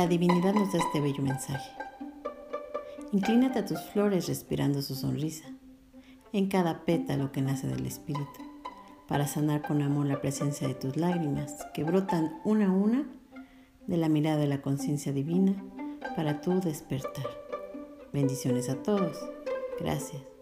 la divinidad nos da este bello mensaje. Inclínate a tus flores respirando su sonrisa, en cada pétalo que nace del espíritu, para sanar con amor la presencia de tus lágrimas, que brotan una a una de la mirada de la conciencia divina para tu despertar. Bendiciones a todos. Gracias.